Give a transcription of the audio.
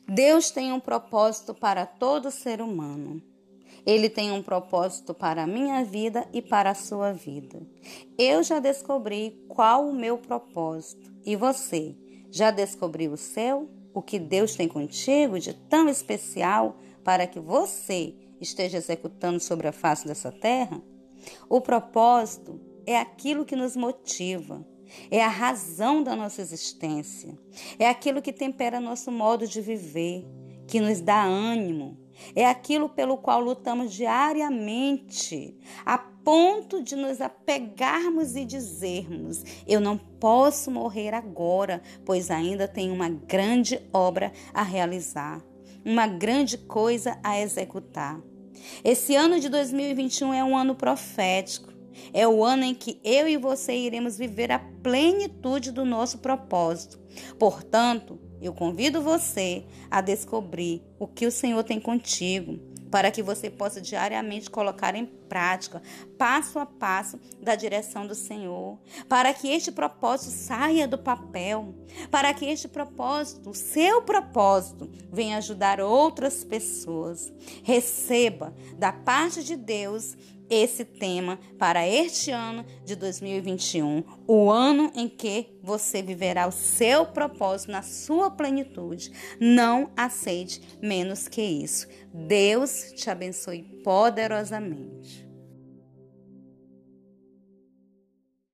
Deus tem um propósito para todo ser humano. Ele tem um propósito para a minha vida e para a sua vida. Eu já descobri qual o meu propósito. E você, já descobriu o seu? O que Deus tem contigo de tão especial para que você esteja executando sobre a face dessa terra? O propósito é aquilo que nos motiva. É a razão da nossa existência. É aquilo que tempera nosso modo de viver, que nos dá ânimo. É aquilo pelo qual lutamos diariamente, a ponto de nos apegarmos e dizermos: eu não posso morrer agora, pois ainda tenho uma grande obra a realizar, uma grande coisa a executar. Esse ano de 2021 é um ano profético. É o ano em que eu e você iremos viver a plenitude do nosso propósito. Portanto, eu convido você a descobrir o que o Senhor tem contigo, para que você possa diariamente colocar em prática, passo a passo, da direção do Senhor, para que este propósito saia do papel, para que este propósito, o seu propósito, venha ajudar outras pessoas. Receba da parte de Deus esse tema para este ano de 2021, o ano em que você viverá o seu propósito na sua plenitude. Não aceite menos que isso. Deus te abençoe poderosamente.